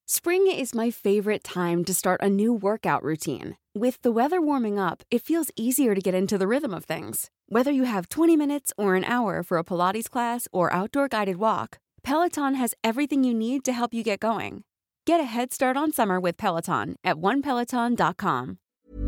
Spring is my favorite time to start a new workout routine. With the weather warming up, it feels easier to get into the rhythm of things. Whether you have 20 minutes or an hour for a Pilates class or outdoor guided walk, Peloton has everything you need to help you get going. Get a head start on summer with Peloton at onepeloton.com.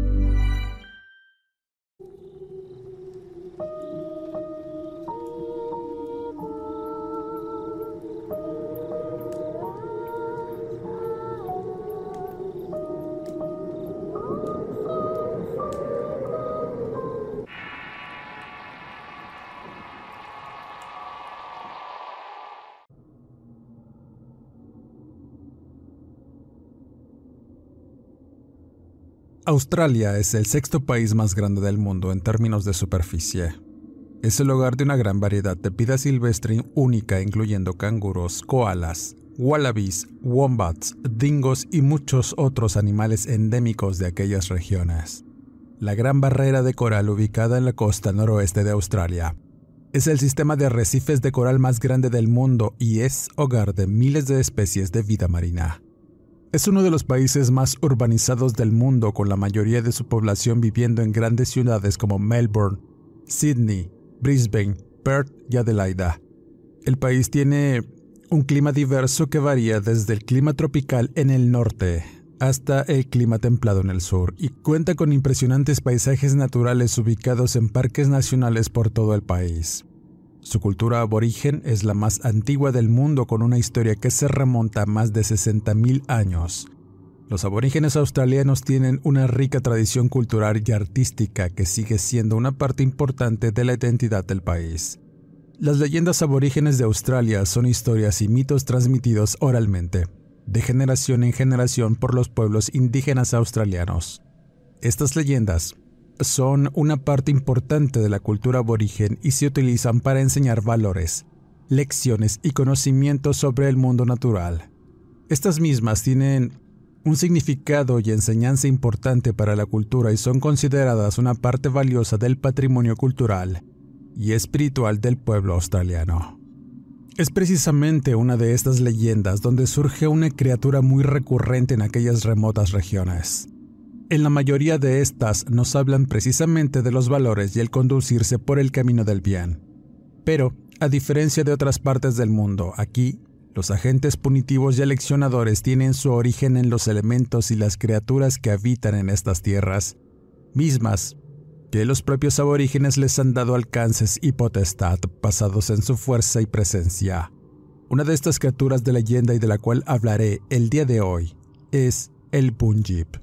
Australia es el sexto país más grande del mundo en términos de superficie. Es el hogar de una gran variedad de vida silvestre única, incluyendo canguros, koalas, wallabies, wombats, dingos y muchos otros animales endémicos de aquellas regiones. La Gran Barrera de Coral, ubicada en la costa noroeste de Australia, es el sistema de arrecifes de coral más grande del mundo y es hogar de miles de especies de vida marina. Es uno de los países más urbanizados del mundo, con la mayoría de su población viviendo en grandes ciudades como Melbourne, Sydney, Brisbane, Perth y Adelaida. El país tiene un clima diverso que varía desde el clima tropical en el norte hasta el clima templado en el sur, y cuenta con impresionantes paisajes naturales ubicados en parques nacionales por todo el país. Su cultura aborigen es la más antigua del mundo, con una historia que se remonta a más de 60.000 años. Los aborígenes australianos tienen una rica tradición cultural y artística que sigue siendo una parte importante de la identidad del país. Las leyendas aborígenes de Australia son historias y mitos transmitidos oralmente, de generación en generación por los pueblos indígenas australianos. Estas leyendas son una parte importante de la cultura aborigen y se utilizan para enseñar valores, lecciones y conocimientos sobre el mundo natural. Estas mismas tienen un significado y enseñanza importante para la cultura y son consideradas una parte valiosa del patrimonio cultural y espiritual del pueblo australiano. Es precisamente una de estas leyendas donde surge una criatura muy recurrente en aquellas remotas regiones. En la mayoría de estas nos hablan precisamente de los valores y el conducirse por el camino del bien. Pero, a diferencia de otras partes del mundo, aquí, los agentes punitivos y aleccionadores tienen su origen en los elementos y las criaturas que habitan en estas tierras, mismas que los propios aborígenes les han dado alcances y potestad basados en su fuerza y presencia. Una de estas criaturas de leyenda y de la cual hablaré el día de hoy es el Boonjip.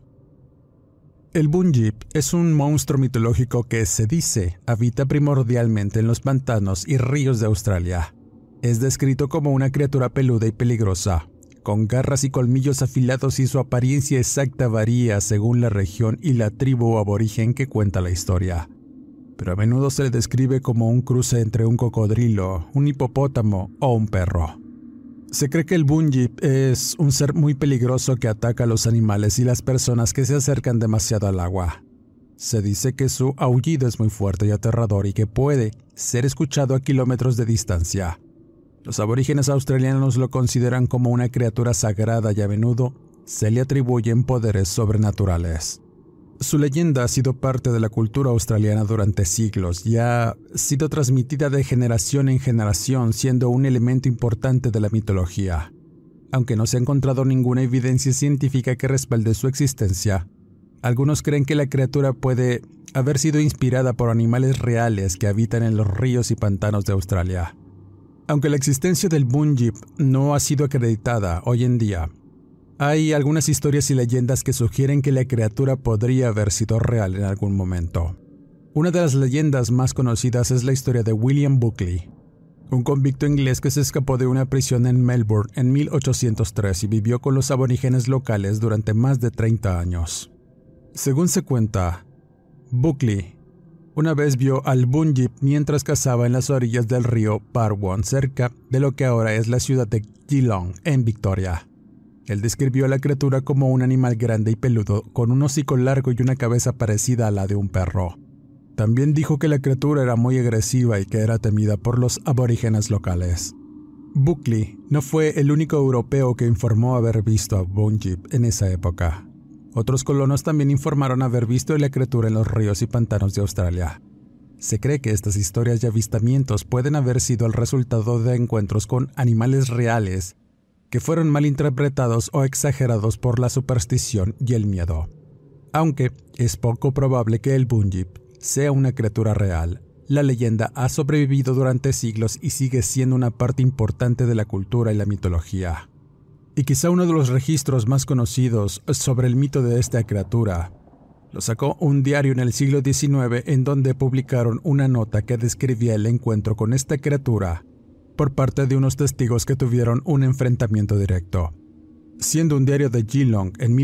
El Boonjip es un monstruo mitológico que se dice habita primordialmente en los pantanos y ríos de Australia. Es descrito como una criatura peluda y peligrosa, con garras y colmillos afilados, y su apariencia exacta varía según la región y la tribu aborigen que cuenta la historia. Pero a menudo se le describe como un cruce entre un cocodrilo, un hipopótamo o un perro. Se cree que el Boonjip es un ser muy peligroso que ataca a los animales y las personas que se acercan demasiado al agua. Se dice que su aullido es muy fuerte y aterrador y que puede ser escuchado a kilómetros de distancia. Los aborígenes australianos lo consideran como una criatura sagrada y a menudo se le atribuyen poderes sobrenaturales. Su leyenda ha sido parte de la cultura australiana durante siglos y ha sido transmitida de generación en generación, siendo un elemento importante de la mitología. Aunque no se ha encontrado ninguna evidencia científica que respalde su existencia, algunos creen que la criatura puede haber sido inspirada por animales reales que habitan en los ríos y pantanos de Australia. Aunque la existencia del Boonjip no ha sido acreditada hoy en día, hay algunas historias y leyendas que sugieren que la criatura podría haber sido real en algún momento. Una de las leyendas más conocidas es la historia de William Buckley, un convicto inglés que se escapó de una prisión en Melbourne en 1803 y vivió con los aborígenes locales durante más de 30 años. Según se cuenta, Buckley una vez vio al Boonjip mientras cazaba en las orillas del río Barwon, cerca de lo que ahora es la ciudad de Geelong, en Victoria. Él describió a la criatura como un animal grande y peludo, con un hocico largo y una cabeza parecida a la de un perro. También dijo que la criatura era muy agresiva y que era temida por los aborígenes locales. Buckley no fue el único europeo que informó haber visto a Bunjip en esa época. Otros colonos también informaron haber visto la criatura en los ríos y pantanos de Australia. Se cree que estas historias y avistamientos pueden haber sido el resultado de encuentros con animales reales que fueron mal interpretados o exagerados por la superstición y el miedo. Aunque es poco probable que el Bunjip sea una criatura real, la leyenda ha sobrevivido durante siglos y sigue siendo una parte importante de la cultura y la mitología. Y quizá uno de los registros más conocidos sobre el mito de esta criatura lo sacó un diario en el siglo XIX en donde publicaron una nota que describía el encuentro con esta criatura por parte de unos testigos que tuvieron un enfrentamiento directo. Siendo un diario de Geelong en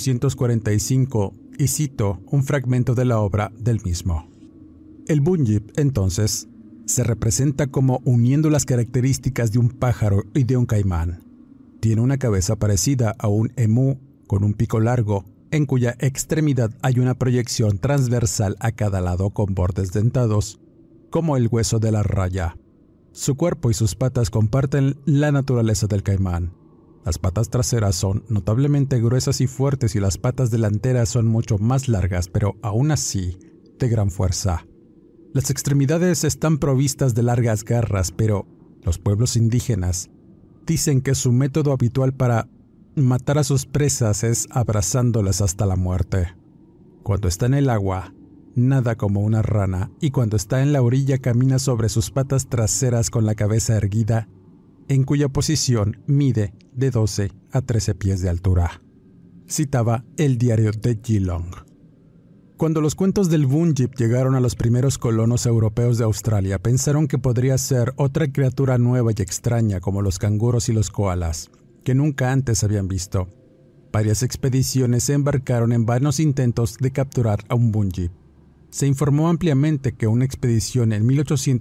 1845, y cito un fragmento de la obra del mismo. El Bunjip, entonces, se representa como uniendo las características de un pájaro y de un caimán. Tiene una cabeza parecida a un emú con un pico largo, en cuya extremidad hay una proyección transversal a cada lado con bordes dentados, como el hueso de la raya. Su cuerpo y sus patas comparten la naturaleza del caimán. Las patas traseras son notablemente gruesas y fuertes y las patas delanteras son mucho más largas, pero aún así de gran fuerza. Las extremidades están provistas de largas garras, pero los pueblos indígenas dicen que su método habitual para matar a sus presas es abrazándolas hasta la muerte. Cuando está en el agua, nada como una rana, y cuando está en la orilla camina sobre sus patas traseras con la cabeza erguida, en cuya posición mide de 12 a 13 pies de altura. Citaba el diario de Geelong. Cuando los cuentos del Bunjip llegaron a los primeros colonos europeos de Australia, pensaron que podría ser otra criatura nueva y extraña como los canguros y los koalas, que nunca antes habían visto. Varias expediciones se embarcaron en vanos intentos de capturar a un Bunjip. Se informó ampliamente que una expedición en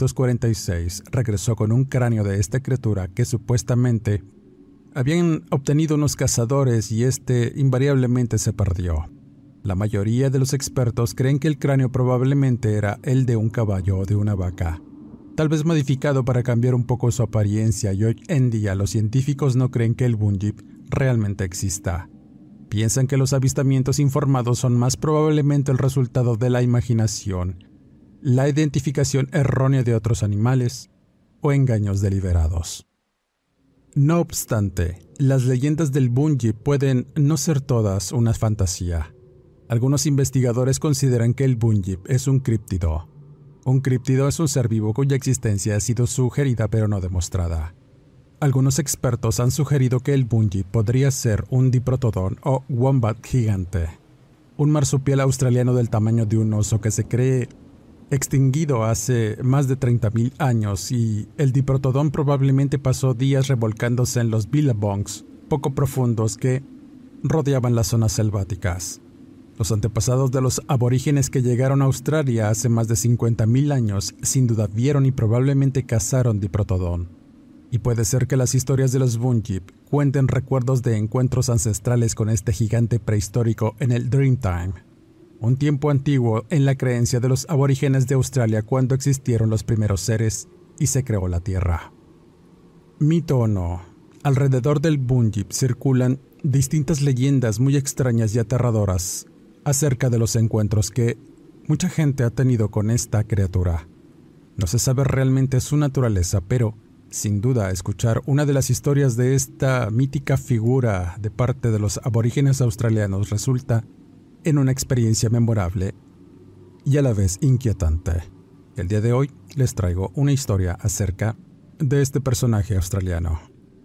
1846 regresó con un cráneo de esta criatura que supuestamente habían obtenido unos cazadores y invariablemente se perdió. La mayoría de los expertos creen que el cráneo probablemente era el de un caballo o de una vaca, tal vez modificado para cambiar un poco su apariencia, y hoy en día los científicos no creen que el Bunjip realmente exista. Piensan que los avistamientos informados son más probablemente el resultado de la imaginación, la identificación errónea de otros animales o engaños deliberados. No obstante, las leyendas del Bunjip pueden no ser todas una fantasía. Algunos investigadores consideran que el Bunjip es un críptido. Un críptido es un ser vivo cuya existencia ha sido sugerida pero no demostrada. Algunos expertos han sugerido que el Bunjip podría ser un diprotodón o wombat gigante, un marsupial australiano del tamaño de un oso que se cree extinguido hace más de 30.000 años, y el diprotodón probablemente pasó días revolcándose en los billabongs poco profundos que rodeaban las zonas selváticas. Los antepasados de los aborígenes que llegaron a Australia hace más de 50.000 años sin duda vieron y probablemente cazaron diprotodón. Y puede ser que las historias de los Bunjip cuenten recuerdos de encuentros ancestrales con este gigante prehistórico en el Dreamtime, un tiempo antiguo en la creencia de los aborígenes de Australia cuando existieron los primeros seres y se creó la Tierra. Mito o no, alrededor del Bunjip circulan distintas leyendas muy extrañas y aterradoras acerca de los encuentros que mucha gente ha tenido con esta criatura. No se sabe realmente su naturaleza, pero sin duda escuchar una de las historias de esta mítica figura de parte de los aborígenes australianos resulta en una experiencia memorable y a la vez inquietante. El día de hoy les traigo una historia acerca de este personaje australiano.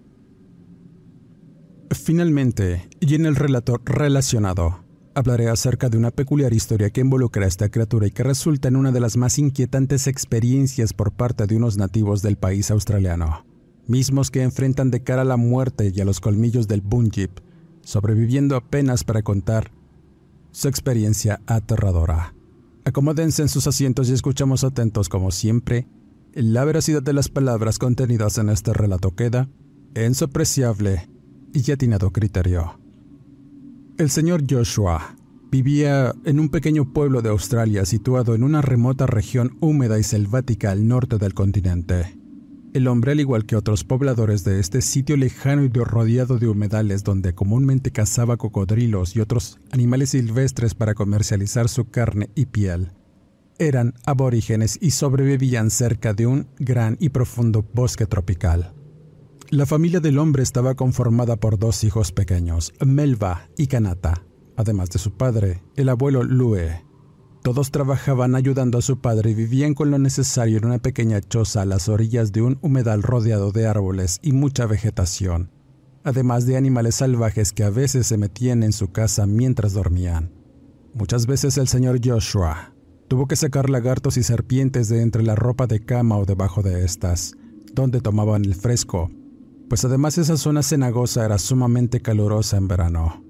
Finalmente, y en el relato relacionado, hablaré acerca de una peculiar historia que involucra a esta criatura y que resulta en una de las más inquietantes experiencias por parte de unos nativos del país australiano, mismos que enfrentan de cara a la muerte y a los colmillos del Bunjip, sobreviviendo apenas para contar su experiencia aterradora. Acomódense en sus asientos y escuchamos atentos como siempre. La veracidad de las palabras contenidas en este relato queda en su apreciable y atinado criterio. El señor Joshua vivía en un pequeño pueblo de Australia situado en una remota región húmeda y selvática al norte del continente. El hombre, al igual que otros pobladores de este sitio lejano y rodeado de humedales donde comúnmente cazaba cocodrilos y otros animales silvestres para comercializar su carne y piel, eran aborígenes y sobrevivían cerca de un gran y profundo bosque tropical. La familia del hombre estaba conformada por 2 hijos pequeños, Melba y Kanata, además de su padre, el abuelo Lue. Todos trabajaban ayudando a su padre y vivían con lo necesario en una pequeña choza a las orillas de un humedal rodeado de árboles y mucha vegetación, además de animales salvajes que a veces se metían en su casa mientras dormían. Muchas veces el señor Joshua tuvo que sacar lagartos y serpientes de entre la ropa de cama o debajo de estas, donde tomaban el fresco, pues además esa zona cenagosa era sumamente calurosa en verano.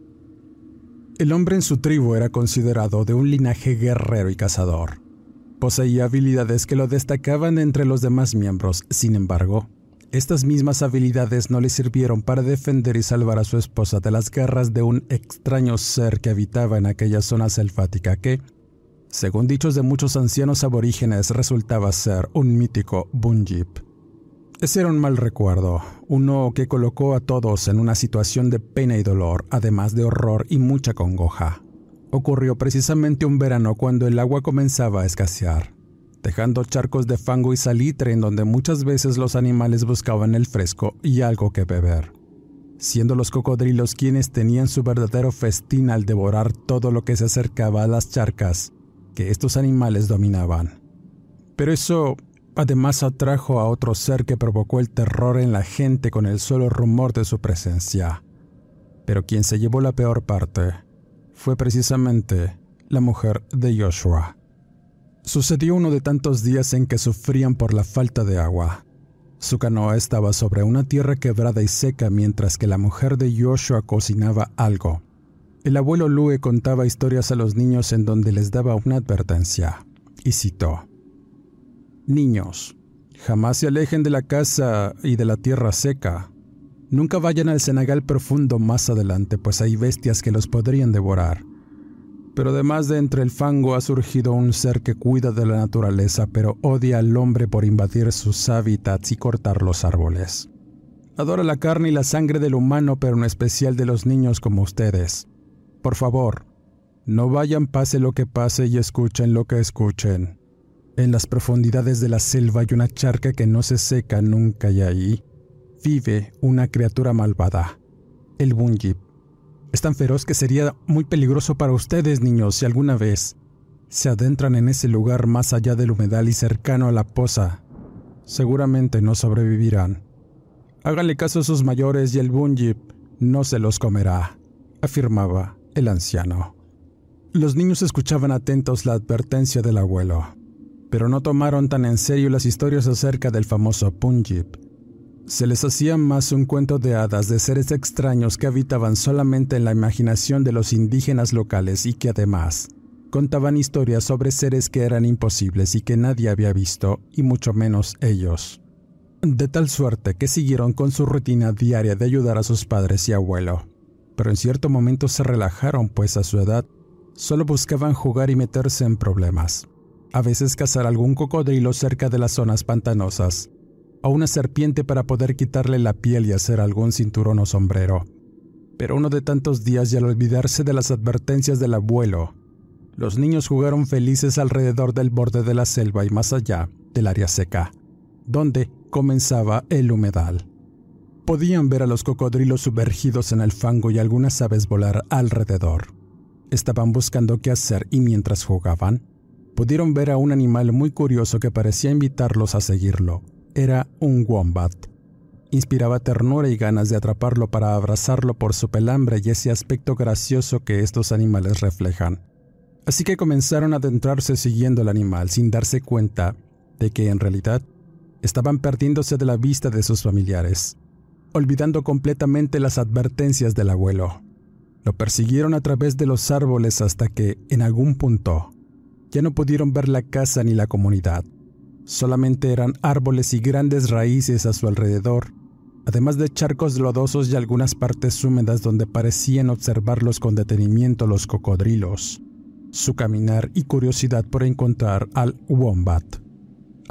El hombre en su tribu era considerado de un linaje guerrero y cazador. Poseía habilidades que lo destacaban entre los demás miembros. Sin embargo, estas mismas habilidades no le sirvieron para defender y salvar a su esposa de las garras de un extraño ser que habitaba en aquella zona selvática que, según dichos de muchos ancianos aborígenes, resultaba ser un mítico Bunjip. Ese era un mal recuerdo, uno que colocó a todos en una situación de pena y dolor, además de horror y mucha congoja. Ocurrió precisamente un verano cuando el agua comenzaba a escasear, dejando charcos de fango y salitre en donde muchas veces los animales buscaban el fresco y algo que beber, siendo los cocodrilos quienes tenían su verdadero festín al devorar todo lo que se acercaba a las charcas que estos animales dominaban. Pero eso además atrajo a otro ser que provocó el terror en la gente con el solo rumor de su presencia. Pero quien se llevó la peor parte fue precisamente la mujer de Joshua. Sucedió uno de tantos días en que sufrían por la falta de agua. Su canoa estaba sobre una tierra quebrada y seca mientras que la mujer de Joshua cocinaba algo. El abuelo Lue contaba historias a los niños en donde les daba una advertencia, y citó: «Niños, jamás se alejen de la casa y de la tierra seca. Nunca vayan al cenagal profundo más adelante, pues hay bestias que los podrían devorar. Pero además de entre el fango ha surgido un ser que cuida de la naturaleza, pero odia al hombre por invadir sus hábitats y cortar los árboles. Adora la carne y la sangre del humano, pero en especial de los niños como ustedes. Por favor, no vayan pase lo que pase y escuchen lo que escuchen. En las profundidades de la selva hay una charca que no se seca nunca y ahí vive una criatura malvada, el Bunjip. Es tan feroz que sería muy peligroso para ustedes, niños, si alguna vez se adentran en ese lugar más allá del humedal y cercano a la poza. Seguramente no sobrevivirán. Háganle caso a sus mayores y el Bunjip no se los comerá», afirmaba el anciano. Los niños escuchaban atentos la advertencia del abuelo, pero no tomaron tan en serio las historias acerca del famoso Bunjip. Se les hacía más un cuento de hadas de seres extraños que habitaban solamente en la imaginación de los indígenas locales y que además contaban historias sobre seres que eran imposibles y que nadie había visto, y mucho menos ellos. De tal suerte que siguieron con su rutina diaria de ayudar a sus padres y abuelo, pero en cierto momento se relajaron, pues a su edad solo buscaban jugar y meterse en problemas. A veces cazar algún cocodrilo cerca de las zonas pantanosas, o una serpiente para poder quitarle la piel y hacer algún cinturón o sombrero. Pero uno de tantos días, y al olvidarse de las advertencias del abuelo, los niños jugaron felices alrededor del borde de la selva y más allá del área seca, donde comenzaba el humedal. Podían ver a los cocodrilos sumergidos en el fango y algunas aves volar alrededor. Estaban buscando qué hacer y mientras jugaban, pudieron ver a un animal muy curioso que parecía invitarlos a seguirlo. Era un wombat. Inspiraba ternura y ganas de atraparlo para abrazarlo por su pelambre y ese aspecto gracioso que estos animales reflejan. Así que comenzaron a adentrarse siguiendo al animal sin darse cuenta de que en realidad estaban perdiéndose de la vista de sus familiares, olvidando completamente las advertencias del abuelo. Lo persiguieron a través de los árboles hasta que, en algún punto, ya no pudieron ver la casa ni la comunidad. Solamente eran árboles y grandes raíces a su alrededor, además de charcos lodosos y algunas partes húmedas donde parecían observarlos con detenimiento los cocodrilos, su caminar y curiosidad por encontrar al wombat.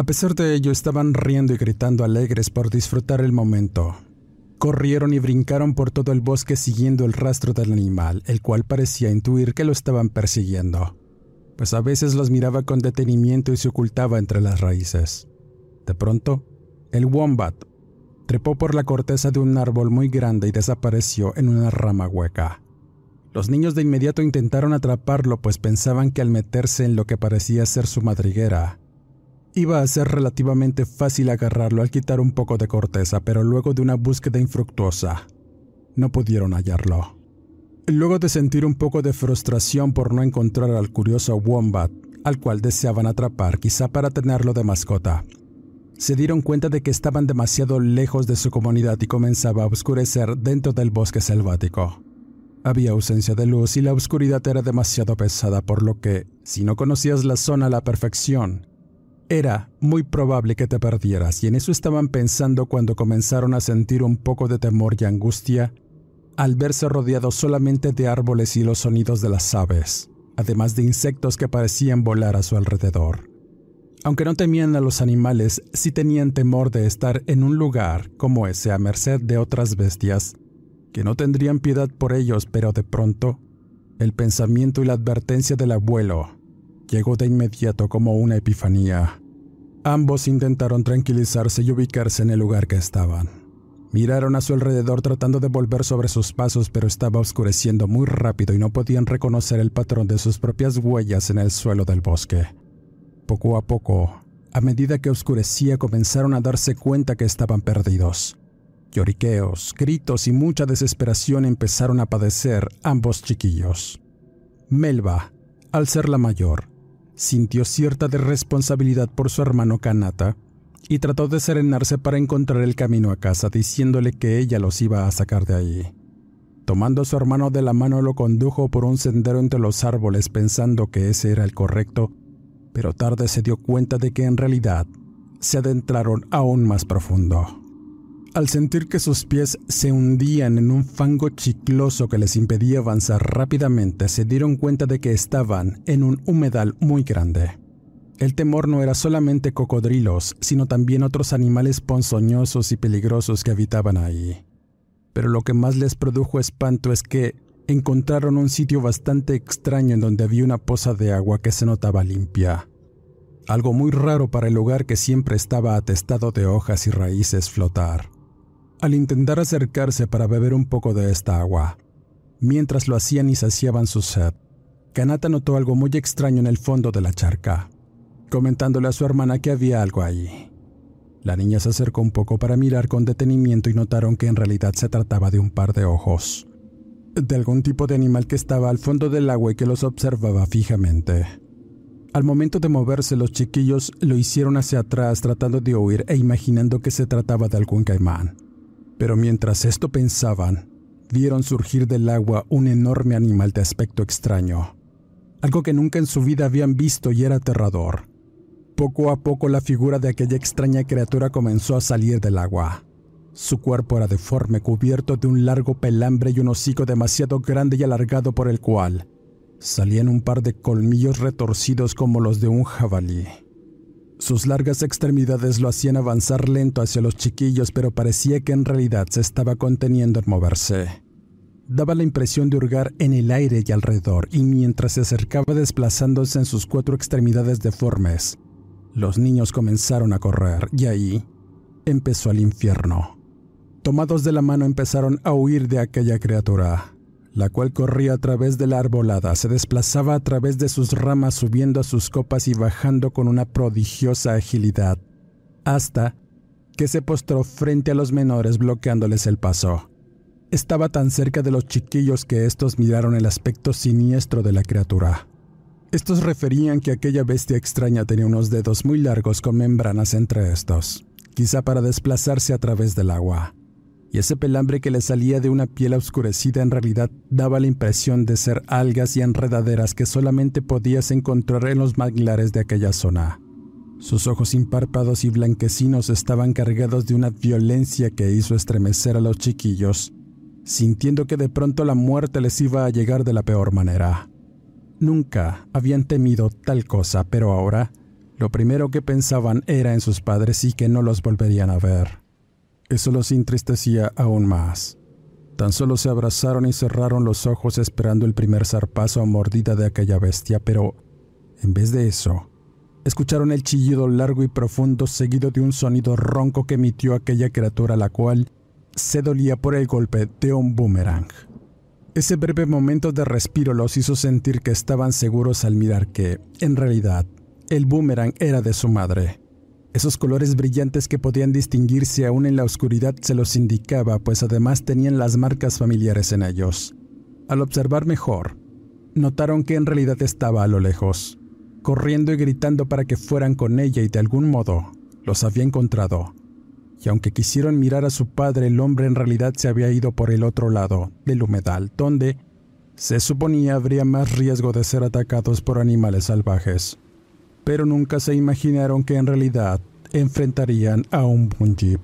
A pesar de ello, estaban riendo y gritando alegres por disfrutar el momento. Corrieron y brincaron por todo el bosque siguiendo el rastro del animal, el cual parecía intuir que lo estaban persiguiendo, pues a veces los miraba con detenimiento y se ocultaba entre las raíces. De pronto, el wombat trepó por la corteza de un árbol muy grande y desapareció en una rama hueca. Los niños de inmediato intentaron atraparlo, pues pensaban que al meterse en lo que parecía ser su madriguera, iba a ser relativamente fácil agarrarlo al quitar un poco de corteza, pero luego de una búsqueda infructuosa, no pudieron hallarlo. Luego de sentir un poco de frustración por no encontrar al curioso wombat, al cual deseaban atrapar, quizá para tenerlo de mascota, se dieron cuenta de que estaban demasiado lejos de su comunidad y comenzaba a oscurecer dentro del bosque selvático. Había ausencia de luz y la oscuridad era demasiado pesada, por lo que, si no conocías la zona a la perfección, era muy probable que te perdieras, y en eso estaban pensando cuando comenzaron a sentir un poco de temor y angustia al verse rodeados solamente de árboles y los sonidos de las aves, además de insectos que parecían volar a su alrededor. Aunque no temían a los animales, sí tenían temor de estar en un lugar como ese a merced de otras bestias que no tendrían piedad por ellos, pero de pronto, el pensamiento y la advertencia del abuelo llegó de inmediato como una epifanía. Ambos intentaron tranquilizarse y ubicarse en el lugar que estaban. Miraron a su alrededor tratando de volver sobre sus pasos, pero estaba oscureciendo muy rápido y no podían reconocer el patrón de sus propias huellas en el suelo del bosque. Poco a poco, a medida que oscurecía, comenzaron a darse cuenta que estaban perdidos. Lloriqueos, gritos y mucha desesperación empezaron a padecer ambos chiquillos. Melba, al ser la mayor, sintió cierta responsabilidad por su hermano Kanata y trató de serenarse para encontrar el camino a casa, diciéndole que ella los iba a sacar de ahí. Tomando a su hermano de la mano, lo condujo por un sendero entre los árboles pensando que ese era el correcto, pero tarde se dio cuenta de que en realidad se adentraron aún más profundo. Al sentir que sus pies se hundían en un fango chicloso que les impedía avanzar rápidamente, se dieron cuenta de que estaban en un humedal muy grande. El temor no era solamente cocodrilos, sino también otros animales ponzoñosos y peligrosos que habitaban ahí. Pero lo que más les produjo espanto es que encontraron un sitio bastante extraño en donde había una poza de agua que se notaba limpia. Algo muy raro para el lugar que siempre estaba atestado de hojas y raíces flotar. Al intentar acercarse para beber un poco de esta agua, mientras lo hacían y saciaban su sed, Kanata notó algo muy extraño en el fondo de la charca, comentándole a su hermana que había algo ahí. La niña se acercó un poco para mirar con detenimiento y notaron que en realidad se trataba de un par de ojos, de algún tipo de animal que estaba al fondo del agua y que los observaba fijamente. Al momento de moverse, los chiquillos lo hicieron hacia atrás tratando de huir e imaginando que se trataba de algún caimán. Pero mientras esto pensaban, vieron surgir del agua un enorme animal de aspecto extraño, algo que nunca en su vida habían visto y era aterrador. Poco a poco la figura de aquella extraña criatura comenzó a salir del agua. Su cuerpo era deforme, cubierto de un largo pelambre y un hocico demasiado grande y alargado por el cual salían un par de colmillos retorcidos como los de un jabalí. Sus largas extremidades lo hacían avanzar lento hacia los chiquillos, pero parecía que en realidad se estaba conteniendo en moverse. Daba la impresión de hurgar en el aire y alrededor, y mientras se acercaba desplazándose en sus 4 extremidades deformes, los niños comenzaron a correr, y ahí empezó el infierno. Tomados de la mano empezaron a huir de aquella criatura, la cual corría a través de la arbolada, se desplazaba a través de sus ramas subiendo a sus copas y bajando con una prodigiosa agilidad, hasta que se postró frente a los menores bloqueándoles el paso. Estaba tan cerca de los chiquillos que estos miraron el aspecto siniestro de la criatura. Estos referían que aquella bestia extraña tenía unos dedos muy largos con membranas entre estos, quizá para desplazarse a través del agua. Y ese pelambre que le salía de una piel oscurecida en realidad daba la impresión de ser algas y enredaderas que solamente podías encontrar en los manglares de aquella zona. Sus ojos sin párpados y blanquecinos estaban cargados de una violencia que hizo estremecer a los chiquillos, sintiendo que de pronto la muerte les iba a llegar de la peor manera. Nunca habían temido tal cosa, pero ahora Lo primero que pensaban era en sus padres y que no los volverían a ver. Eso los entristecía aún más. Tan solo se abrazaron y cerraron los ojos esperando el primer zarpazo o mordida de aquella bestia, pero en vez de eso, escucharon el chillido largo y profundo seguido de un sonido ronco que emitió aquella criatura, la cual se dolía por el golpe de un boomerang. Ese breve momento de respiro los hizo sentir que estaban seguros al mirar que, en realidad, el boomerang era de su madre. Esos colores brillantes que podían distinguirse aún en la oscuridad se los indicaba, pues además tenían las marcas familiares en ellos. Al observar mejor, notaron que en realidad estaba a lo lejos, corriendo y gritando para que fueran con ella y de algún modo los había encontrado. Y aunque quisieron mirar a su padre, el hombre en realidad se había ido por el otro lado del humedal, donde se suponía habría más riesgo de ser atacados por animales salvajes. Pero nunca se imaginaron que en realidad enfrentarían a un Boom Jeep.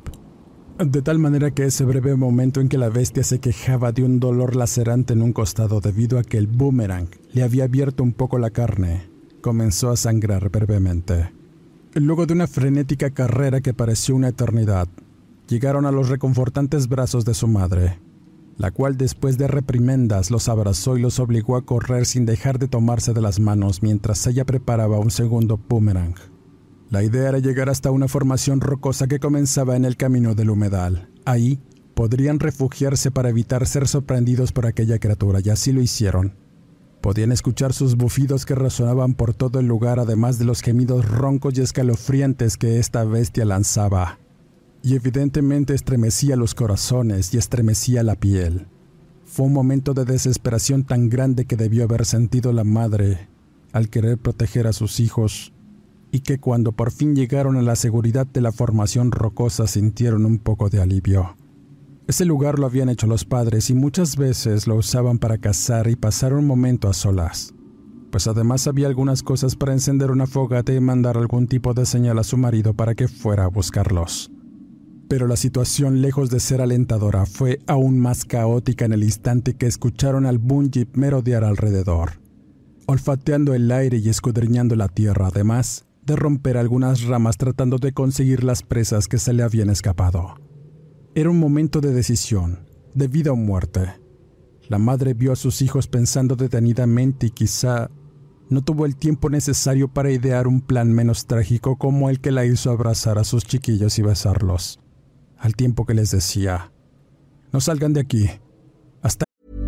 De tal manera que ese breve momento en que la bestia se quejaba de un dolor lacerante en un costado debido a que el boomerang le había abierto un poco la carne, comenzó a sangrar brevemente. Luego de una frenética carrera que pareció una eternidad, llegaron a los reconfortantes brazos de su madre, la cual después de reprimendas los abrazó y los obligó a correr sin dejar de tomarse de las manos mientras ella preparaba un segundo boomerang. La idea era llegar hasta una formación rocosa que comenzaba en el camino del humedal. Ahí podrían refugiarse para evitar ser sorprendidos por aquella criatura, y así lo hicieron. Podían escuchar sus bufidos que resonaban por todo el lugar, además de los gemidos roncos y escalofriantes que esta bestia lanzaba. Y evidentemente estremecía los corazones y estremecía la piel. Fue un momento de desesperación tan grande que debió haber sentido la madre al querer proteger a sus hijos, y que cuando por fin llegaron a la seguridad de la formación rocosa sintieron un poco de alivio. Ese lugar lo habían hecho los padres y muchas veces lo usaban para cazar y pasar un momento a solas, pues además había algunas cosas para encender una fogata y mandar algún tipo de señal a su marido para que fuera a buscarlos. Pero la situación, lejos de ser alentadora, fue aún más caótica en el instante que escucharon al Boom Jeep merodear alrededor, olfateando el aire y escudriñando la tierra, además de romper algunas ramas tratando de conseguir las presas que se le habían escapado. Era un momento de decisión, de vida o muerte. La madre vio a sus hijos pensando detenidamente y quizá no tuvo el tiempo necesario para idear un plan menos trágico como el que la hizo abrazar a sus chiquillos y besarlos, al tiempo que les decía: «No salgan de aquí. Hasta».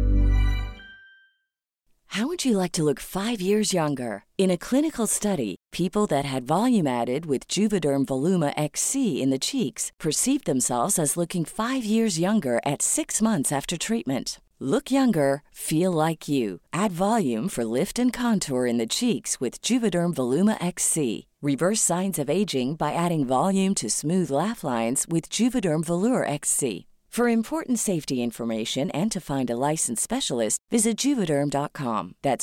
How would you like to look 5 years younger? In a clinical study, people that had volume added with Juvederm Voluma XC in the cheeks perceived themselves as looking 5 years younger at 6 months after treatment. Look younger, feel like you. Add volume for lift and contour in the cheeks with Juvederm Voluma XC. Reverse signs of aging by adding volume to smooth laugh lines with Juvederm Volure XC. For important safety information and to find a licensed specialist, visit Juvederm.com. That's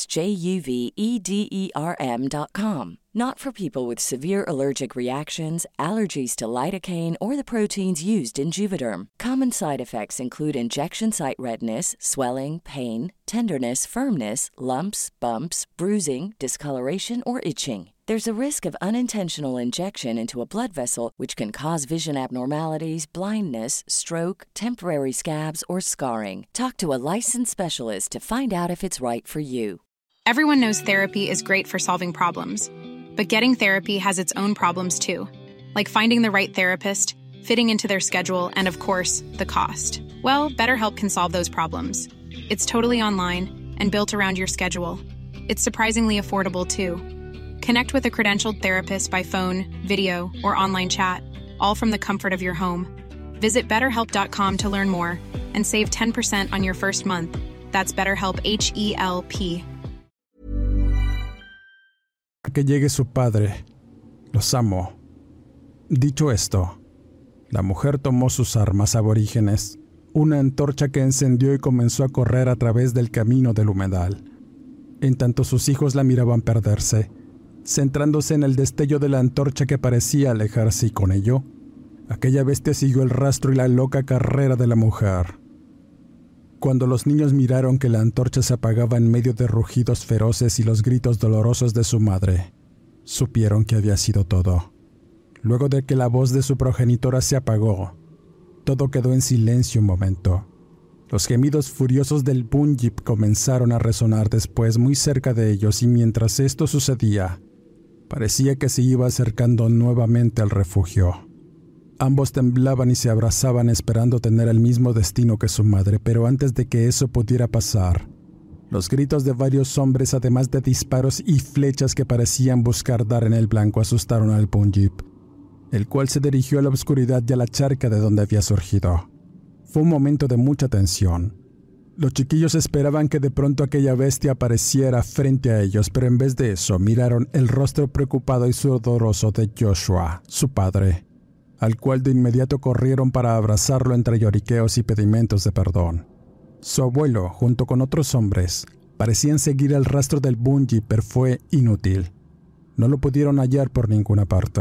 JUVEDERM.com. Not for people with severe allergic reactions, allergies to lidocaine, or the proteins used in Juvederm. Common side effects include injection site redness, swelling, pain, tenderness, firmness, lumps, bumps, bruising, discoloration, or itching. There's a risk of unintentional injection into a blood vessel, which can cause vision abnormalities, blindness, stroke, temporary scabs, or scarring. Talk to a licensed specialist to find out if it's right for you. Everyone knows therapy is great for solving problems, but getting therapy has its own problems too, like finding the right therapist, fitting into their schedule, and of course, the cost. Well, BetterHelp can solve those problems. It's totally online and built around your schedule. It's surprisingly affordable too. Connect with a credentialed therapist by phone, video, or online chat, all from the comfort of your home. Visit BetterHelp.com to learn more and save 10% on your first month. That's BetterHelp, H-E-L-P. Que llegue su padre. Los amo. Dicho esto, la mujer tomó sus armas aborígenes, una antorcha que encendió y comenzó a correr a través del camino del humedal. En tanto sus hijos la miraban perderse, centrándose en el destello de la antorcha que parecía alejarse, y con ello, aquella bestia siguió el rastro y la loca carrera de la mujer. Cuando los niños miraron que la antorcha se apagaba en medio de rugidos feroces y los gritos dolorosos de su madre, supieron que había sido todo. Luego de que la voz de su progenitora se apagó, todo quedó en silencio un momento. Los gemidos furiosos del Bunjip comenzaron a resonar después muy cerca de ellos, y mientras esto sucedía, parecía que se iba acercando nuevamente al refugio. Ambos temblaban y se abrazaban esperando tener el mismo destino que su madre, pero antes de que eso pudiera pasar, los gritos de varios hombres, además de disparos y flechas que parecían buscar dar en el blanco, asustaron al Bunjip, el cual se dirigió a la oscuridad y a la charca de donde había surgido. Fue un momento de mucha tensión. Los chiquillos esperaban que de pronto aquella bestia apareciera frente a ellos, pero en vez de eso miraron el rostro preocupado y sudoroso de Joshua, su padre, al cual de inmediato corrieron para abrazarlo entre lloriqueos y pedimentos de perdón. Su abuelo, junto con otros hombres, parecían seguir el rastro del Bunjip, pero fue inútil. No lo pudieron hallar por ninguna parte.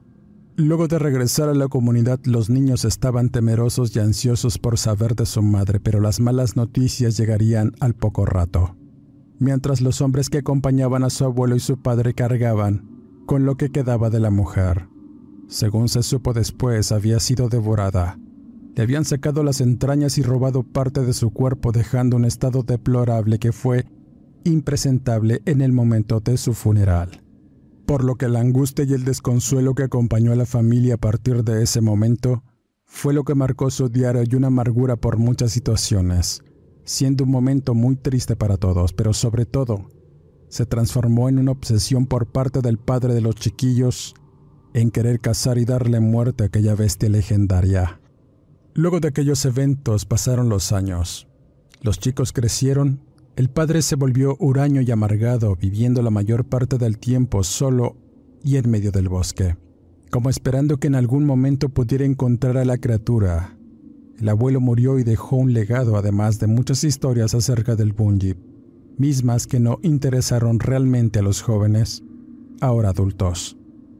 Luego de regresar a la comunidad, los niños estaban temerosos y ansiosos por saber de su madre, pero las malas noticias llegarían al poco rato. Mientras los hombres que acompañaban a su abuelo y su padre cargaban con lo que quedaba de la mujer. Según se supo después, había sido devorada. Le habían sacado las entrañas y robado parte de su cuerpo, dejando un estado deplorable que fue impresentable en el momento de su funeral. Por lo que la angustia y el desconsuelo que acompañó a la familia a partir de ese momento fue lo que marcó su diario y una amargura por muchas situaciones, siendo un momento muy triste para todos, pero sobre todo se transformó en una obsesión por parte del padre de los chiquillos en querer cazar y darle muerte a aquella bestia legendaria. Luego de aquellos eventos pasaron los años. Los chicos crecieron. El padre se volvió huraño y amargado, viviendo la mayor parte del tiempo solo y en medio del bosque, como esperando que en algún momento pudiera encontrar a la criatura. El abuelo murió y dejó un legado, además de muchas historias acerca del Bunjip, mismas que no interesaron realmente a los jóvenes, ahora adultos.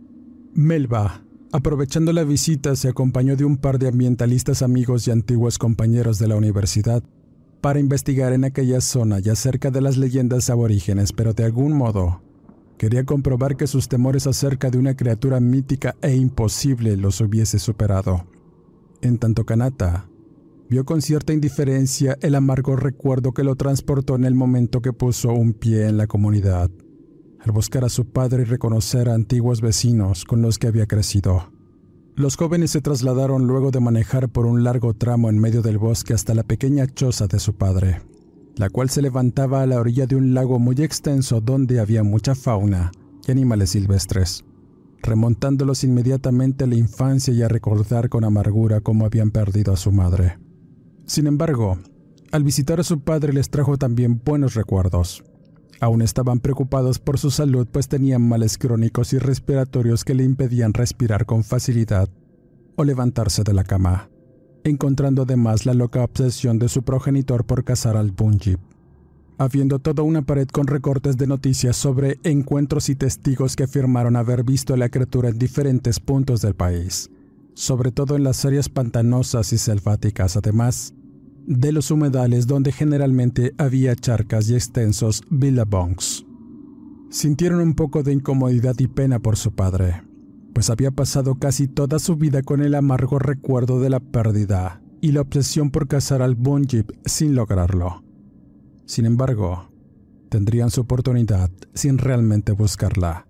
Melba, aprovechando la visita, se acompañó de un par de ambientalistas amigos y antiguos compañeros de la universidad para investigar en aquella zona y acerca de las leyendas aborígenes, pero de algún modo quería comprobar que sus temores acerca de una criatura mítica e imposible los hubiese superado. En tanto, Kanata vio con cierta indiferencia el amargo recuerdo que lo transportó en el momento que puso un pie en la comunidad, al buscar a su padre y reconocer a antiguos vecinos con los que había crecido. Los jóvenes se trasladaron luego de manejar por un largo tramo en medio del bosque hasta la pequeña choza de su padre, la cual se levantaba a la orilla de un lago muy extenso donde había mucha fauna y animales silvestres, remontándolos inmediatamente a la infancia y a recordar con amargura cómo habían perdido a su madre. Sin embargo, al visitar a su padre les trajo también buenos recuerdos. Aún estaban preocupados por su salud, pues tenían males crónicos y respiratorios que le impedían respirar con facilidad o levantarse de la cama, encontrando además la loca obsesión de su progenitor por cazar al Bunjip, habiendo toda una pared con recortes de noticias sobre encuentros y testigos que afirmaron haber visto a la criatura en diferentes puntos del país, sobre todo en las áreas pantanosas y selváticas, además de los humedales donde generalmente había charcas y extensos billabongs. Sintieron un poco de incomodidad y pena por su padre, pues había pasado casi toda su vida con el amargo recuerdo de la pérdida y la obsesión por cazar al Bunjip sin lograrlo. Sin embargo, tendrían su oportunidad sin realmente buscarla.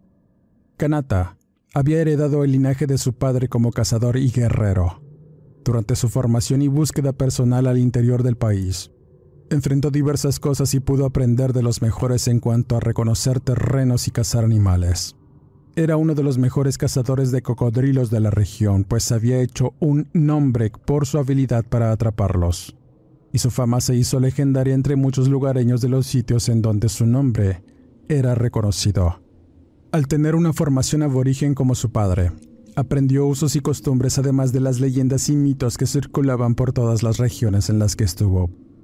Kanata había heredado el linaje de su padre como cazador y guerrero. Durante su formación y búsqueda personal al interior del país, enfrentó diversas cosas y pudo aprender de los mejores en cuanto a reconocer terrenos y cazar animales. Era uno de los mejores cazadores de cocodrilos de la región, pues había hecho un nombre por su habilidad para atraparlos, y su fama se hizo legendaria entre muchos lugareños de los sitios en donde su nombre era reconocido. Al tener una formación aborigen como su padre, aprendió usos y costumbres, además de las leyendas y mitos que circulaban por todas las regiones en las que estuvo.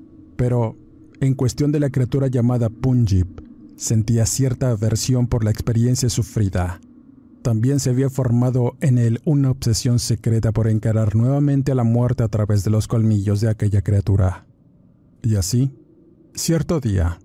Pero, en cuestión de la criatura llamada Bunjip, sentía cierta aversión por la experiencia sufrida. También se había formado en él una obsesión secreta por encarar nuevamente a la muerte a través de los colmillos de aquella criatura. Y así, cierto día,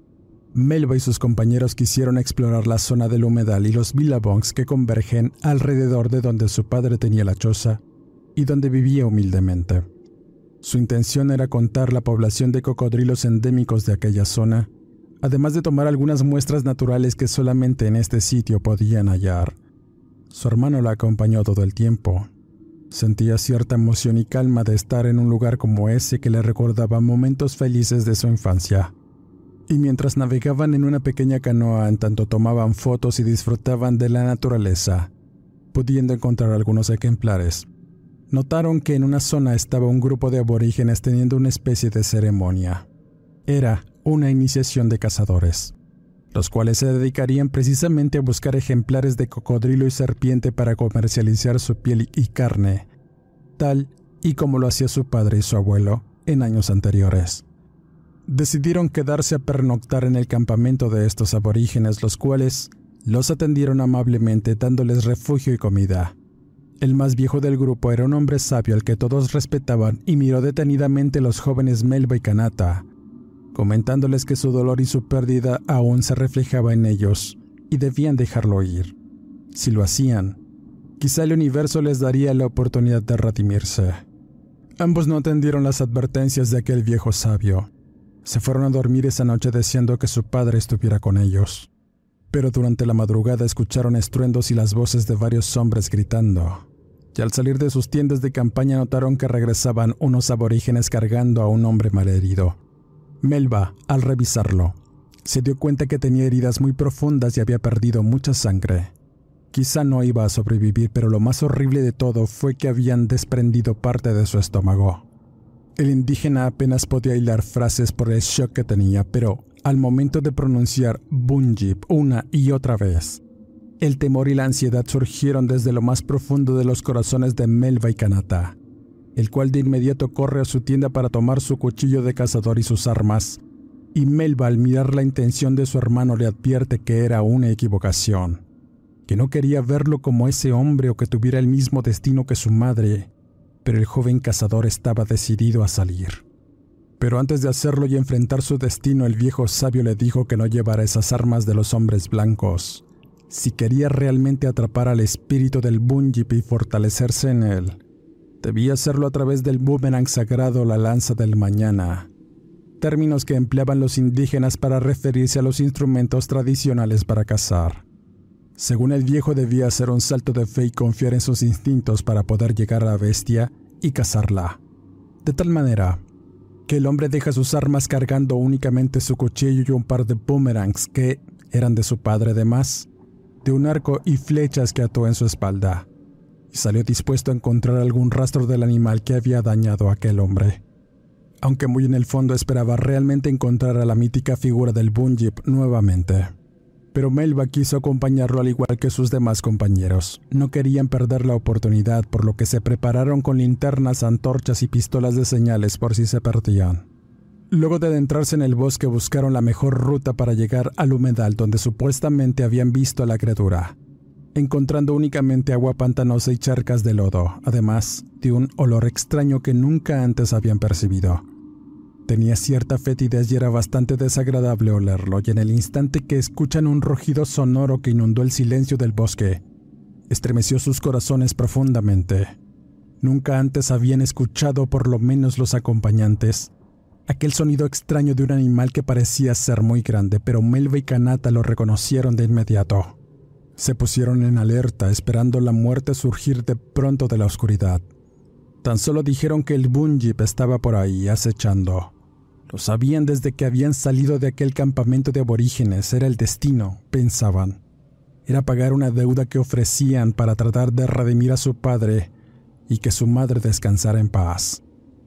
Melba y sus compañeros quisieron explorar la zona del humedal y los billabongs que convergen alrededor de donde su padre tenía la choza y donde vivía humildemente. Su intención era contar la población de cocodrilos endémicos de aquella zona, además de tomar algunas muestras naturales que solamente en este sitio podían hallar. Su hermano la acompañó todo el tiempo. Sentía cierta emoción y calma de estar en un lugar como ese que le recordaba momentos felices de su infancia. Y mientras navegaban en una pequeña canoa, en tanto tomaban fotos y disfrutaban de la naturaleza, pudiendo encontrar algunos ejemplares, notaron que en una zona estaba un grupo de aborígenes teniendo una especie de ceremonia. Era una iniciación de cazadores, los cuales se dedicarían precisamente a buscar ejemplares de cocodrilo y serpiente para comercializar su piel y carne, tal y como lo hacía su padre y su abuelo en años anteriores. Decidieron quedarse a pernoctar en el campamento de estos aborígenes, los cuales los atendieron amablemente dándoles refugio y comida. El más viejo del grupo era un hombre sabio al que todos respetaban y miró detenidamente a los jóvenes Melba y Kanata, comentándoles que su dolor y su pérdida aún se reflejaba en ellos y debían dejarlo ir. Si lo hacían, quizá el universo les daría la oportunidad de redimirse. Ambos no atendieron las advertencias de aquel viejo sabio. Se fueron a dormir esa noche deseando que su padre estuviera con ellos. Pero durante la madrugada escucharon estruendos y las voces de varios hombres gritando. Y al salir de sus tiendas de campaña notaron que regresaban unos aborígenes cargando a un hombre malherido. Melba, al revisarlo, se dio cuenta que tenía heridas muy profundas y había perdido mucha sangre. Quizá no iba a sobrevivir, pero lo más horrible de todo fue que habían desprendido parte de su estómago. El indígena apenas podía hilar frases por el shock que tenía, pero al momento de pronunciar Bunjip una y otra vez, el temor y la ansiedad surgieron desde lo más profundo de los corazones de Melba y Kanata, el cual de inmediato corre a su tienda para tomar su cuchillo de cazador y sus armas, y Melba, al mirar la intención de su hermano, le advierte que era una equivocación, que no quería verlo como ese hombre o que tuviera el mismo destino que su madre, pero el joven cazador estaba decidido a salir. Pero antes de hacerlo y enfrentar su destino, el viejo sabio le dijo que no llevara esas armas de los hombres blancos. Si quería realmente atrapar al espíritu del Bunjip y fortalecerse en él, debía hacerlo a través del boomerang sagrado, la lanza del mañana, términos que empleaban los indígenas para referirse a los instrumentos tradicionales para cazar. Según el viejo, debía hacer un salto de fe y confiar en sus instintos para poder llegar a la bestia y cazarla. De tal manera que el hombre deja sus armas cargando únicamente su cuchillo y un par de boomerangs que eran de su padre, además de un arco y flechas que ató en su espalda, y salió dispuesto a encontrar algún rastro del animal que había dañado a aquel hombre. Aunque muy en el fondo esperaba realmente encontrar a la mítica figura del Bunjip nuevamente. Pero Melba quiso acompañarlo al igual que sus demás compañeros. No querían perder la oportunidad, por lo que se prepararon con linternas, antorchas y pistolas de señales por si se perdían. Luego de adentrarse en el bosque, buscaron la mejor ruta para llegar al humedal donde supuestamente habían visto a la criatura, encontrando únicamente agua pantanosa y charcas de lodo, además de un olor extraño que nunca antes habían percibido. Tenía cierta fetidez y era bastante desagradable olerlo, y en el instante que escuchan un rugido sonoro que inundó el silencio del bosque, estremeció sus corazones profundamente. Nunca antes habían escuchado, por lo menos los acompañantes, aquel sonido extraño de un animal que parecía ser muy grande, pero Melba y Kanata lo reconocieron de inmediato. Se pusieron en alerta, esperando la muerte surgir de pronto de la oscuridad. Tan solo dijeron que el Bunjip estaba por ahí, acechando. Lo sabían desde que habían salido de aquel campamento de aborígenes. Era el destino, pensaban. Era pagar una deuda que ofrecían para tratar de redimir a su padre y que su madre descansara en paz.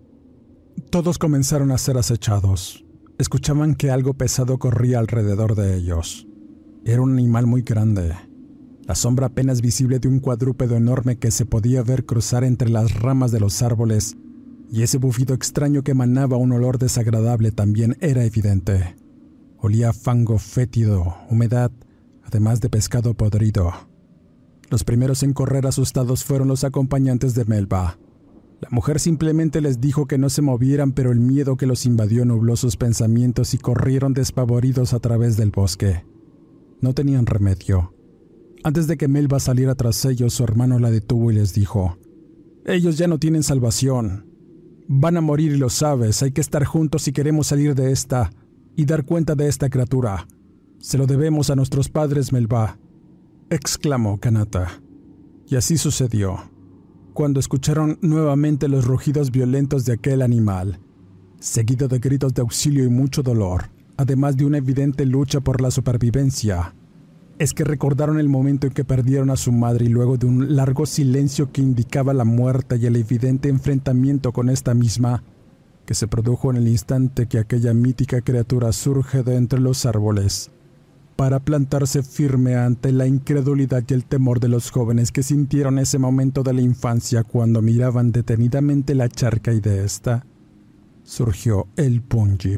Todos comenzaron a ser acechados. Escuchaban que algo pesado corría alrededor de ellos. Era un animal muy grande. La sombra apenas visible de un cuadrúpedo enorme que se podía ver cruzar entre las ramas de los árboles, y ese bufido extraño que emanaba un olor desagradable también era evidente. Olía a fango fétido, humedad, además de pescado podrido. Los primeros en correr asustados fueron los acompañantes de Melba. La mujer simplemente les dijo que no se movieran, pero el miedo que los invadió nubló sus pensamientos y corrieron despavoridos a través del bosque. No tenían remedio. Antes de que Melba saliera tras ellos, su hermano la detuvo y les dijo: «Ellos ya no tienen salvación. Van a morir y lo sabes. Hay que estar juntos si queremos salir de esta y dar cuenta de esta criatura. Se lo debemos a nuestros padres, Melba», exclamó Kanata. Y así sucedió. Cuando escucharon nuevamente los rugidos violentos de aquel animal, seguido de gritos de auxilio y mucho dolor, además de una evidente lucha por la supervivencia, es que recordaron el momento en que perdieron a su madre y luego de un largo silencio que indicaba la muerte y el evidente enfrentamiento con esta misma, que se produjo en el instante que aquella mítica criatura surge de entre los árboles, para plantarse firme ante la incredulidad y el temor de los jóvenes que sintieron ese momento de la infancia cuando miraban detenidamente la charca y de esta surgió el Punjib.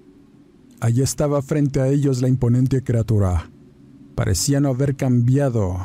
Allí estaba frente a ellos la imponente criatura. Parecía no haber cambiado.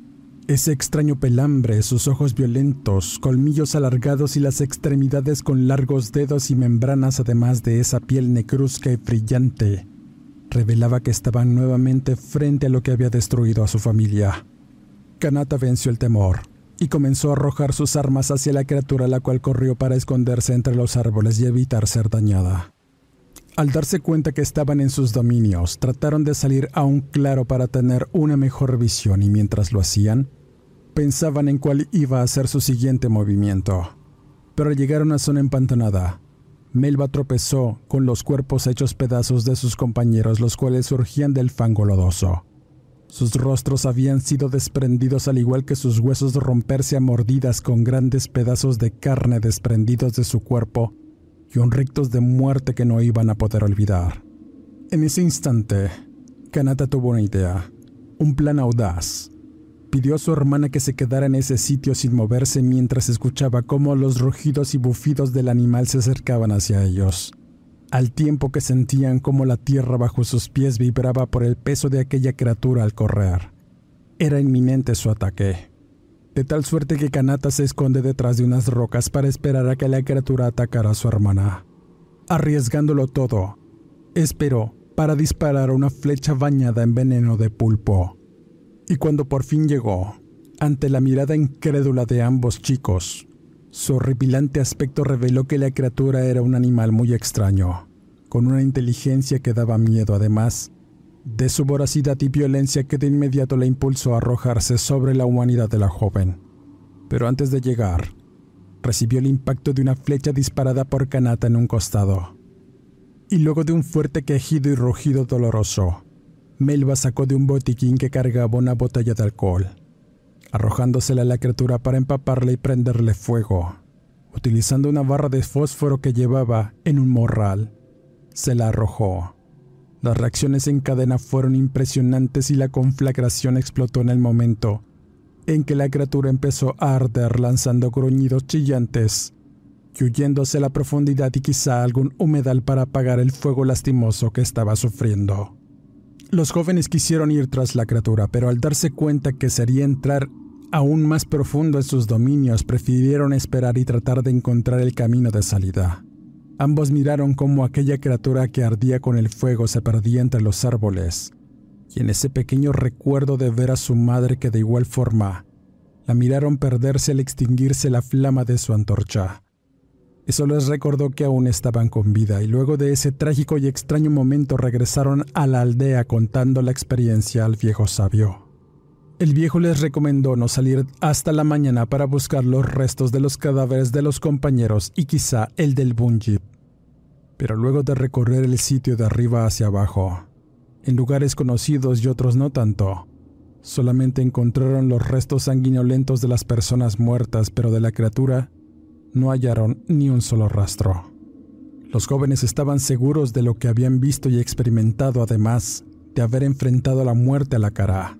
Ese extraño pelambre, sus ojos violentos, colmillos alargados y las extremidades con largos dedos y membranas, además de esa piel negruzca y brillante, revelaba que estaban nuevamente frente a lo que había destruido a su familia. Kanata venció el temor y comenzó a arrojar sus armas hacia la criatura, la cual corrió para esconderse entre los árboles y evitar ser dañada. Al darse cuenta que estaban en sus dominios, trataron de salir aún claro para tener una mejor visión y mientras lo hacían, pensaban en cuál iba a ser su siguiente movimiento. Pero al llegar a una zona empantanada, Melba tropezó con los cuerpos hechos pedazos de sus compañeros, los cuales surgían del fango lodoso. Sus rostros habían sido desprendidos al igual que sus huesos romperse a mordidas con grandes pedazos de carne desprendidos de su cuerpo y un rictus de muerte que no iban a poder olvidar. En ese instante, Kanata tuvo una idea, un plan audaz. Pidió a su hermana que se quedara en ese sitio sin moverse mientras escuchaba cómo los rugidos y bufidos del animal se acercaban hacia ellos, al tiempo que sentían cómo la tierra bajo sus pies vibraba por el peso de aquella criatura al correr. Era inminente su ataque, de tal suerte que Kanata se esconde detrás de unas rocas para esperar a que la criatura atacara a su hermana. Arriesgándolo todo, esperó para disparar una flecha bañada en veneno de pulpo. Y cuando por fin llegó, ante la mirada incrédula de ambos chicos, su horripilante aspecto reveló que la criatura era un animal muy extraño, con una inteligencia que daba miedo, además de su voracidad y violencia que de inmediato la impulsó a arrojarse sobre la humanidad de la joven. Pero antes de llegar, recibió el impacto de una flecha disparada por Kanata en un costado. Y luego de un fuerte quejido y rugido doloroso, Melba sacó de un botiquín que cargaba una botella de alcohol, arrojándosela a la criatura para empaparla y prenderle fuego. Utilizando una barra de fósforo que llevaba en un morral, se la arrojó. Las reacciones en cadena fueron impresionantes y la conflagración explotó en el momento en que la criatura empezó a arder, lanzando gruñidos chillantes y huyendo hacia la profundidad y quizá algún humedal para apagar el fuego lastimoso que estaba sufriendo. Los jóvenes quisieron ir tras la criatura, pero al darse cuenta que sería entrar aún más profundo en sus dominios, prefirieron esperar y tratar de encontrar el camino de salida. Ambos miraron cómo aquella criatura que ardía con el fuego se perdía entre los árboles, y en ese pequeño recuerdo de ver a su madre que de igual forma la miraron perderse al extinguirse la flama de su antorcha. Eso les recordó que aún estaban con vida y luego de ese trágico y extraño momento regresaron a la aldea contando la experiencia al viejo sabio. El viejo les recomendó no salir hasta la mañana para buscar los restos de los cadáveres de los compañeros y quizá el del Punjib. Pero luego de recorrer el sitio de arriba hacia abajo, en lugares conocidos y otros no tanto, solamente encontraron los restos sanguinolentos de las personas muertas, pero de la criatura no hallaron ni un solo rastro. Los jóvenes estaban seguros de lo que habían visto y experimentado, además de haber enfrentado la muerte a la cara.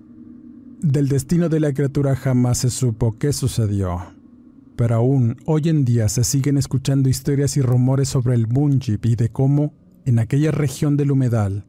Del destino de la criatura jamás se supo qué sucedió, pero aún hoy en día se siguen escuchando historias y rumores sobre el Punjib y de cómo, en aquella región del humedal,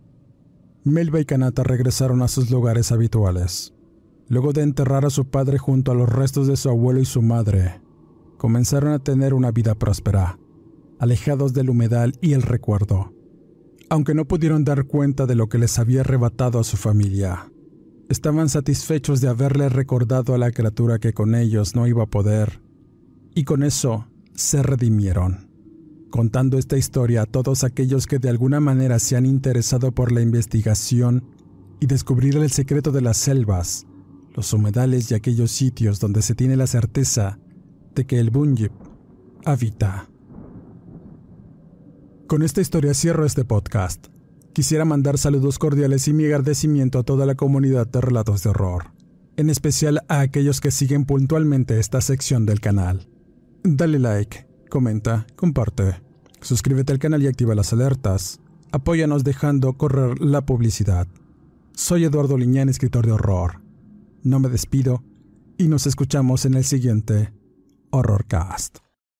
Melba y Kanata regresaron a sus lugares habituales, luego de enterrar a su padre junto a los restos de su abuelo y su madre. comenzaron a tener una vida próspera, alejados del humedal y el recuerdo. Aunque no pudieron dar cuenta de lo que les había arrebatado a su familia, estaban satisfechos de haberle recordado a la criatura que con ellos no iba a poder, y con eso se redimieron, contando esta historia a todos aquellos que de alguna manera se han interesado por la investigación y descubrir el secreto de las selvas, los humedales y aquellos sitios donde se tiene la certeza de que el Bunyip habita. Con esta historia cierro este podcast. Quisiera mandar saludos cordiales y mi agradecimiento a toda la comunidad de Relatos de Horror, en especial a aquellos que siguen puntualmente esta sección del canal. Dale like, comenta, comparte, suscríbete al canal y activa las alertas. Apóyanos dejando correr la publicidad. Soy Eduardo Liñán, escritor de horror. No me despido y nos escuchamos en el siguiente Horrorcast.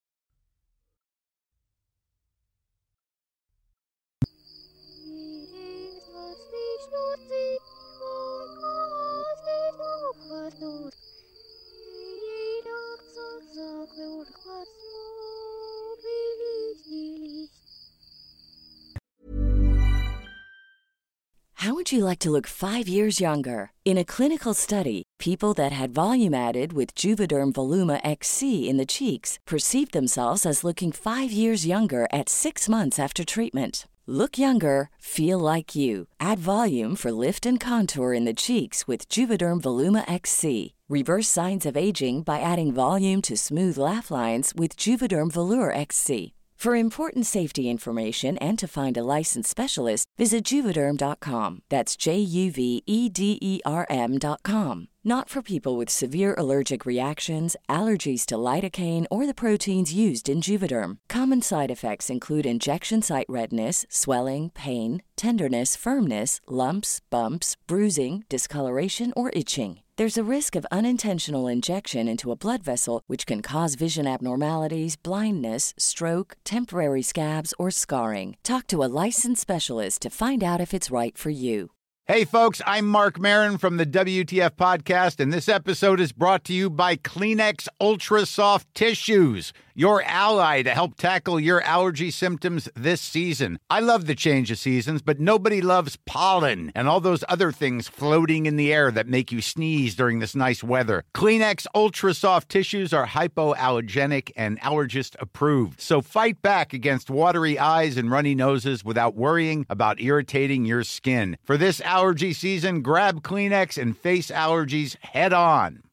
How would you like to look 5 years younger? In a clinical study, people that had volume added with Juvederm Voluma XC in the cheeks perceived themselves as looking 5 years younger at 6 months after treatment. Look younger, feel like you. Add volume for lift and contour in the cheeks with Juvederm Voluma XC. Reverse signs of aging by adding volume to smooth laugh lines with Juvederm Volure XC. For important safety information and to find a licensed specialist, visit Juvederm.com. That's JUVEDERM.com. Not for people with severe allergic reactions, allergies to lidocaine, or the proteins used in Juvederm. Common side effects include injection site redness, swelling, pain, tenderness, firmness, lumps, bumps, bruising, discoloration, or itching. There's a risk of unintentional injection into a blood vessel, which can cause vision abnormalities, blindness, stroke, temporary scabs, or scarring. Talk to a licensed specialist to find out if it's right for you. Hey, folks, I'm Mark Maron from the WTF Podcast, and this episode is brought to you by Kleenex Ultra Soft Tissues, your ally to help tackle your allergy symptoms this season. I love the change of seasons, but nobody loves pollen and all those other things floating in the air that make you sneeze during this nice weather. Kleenex Ultra Soft Tissues are hypoallergenic and allergist approved, so fight back against watery eyes and runny noses without worrying about irritating your skin. For this allergy season, grab Kleenex and face allergies head on.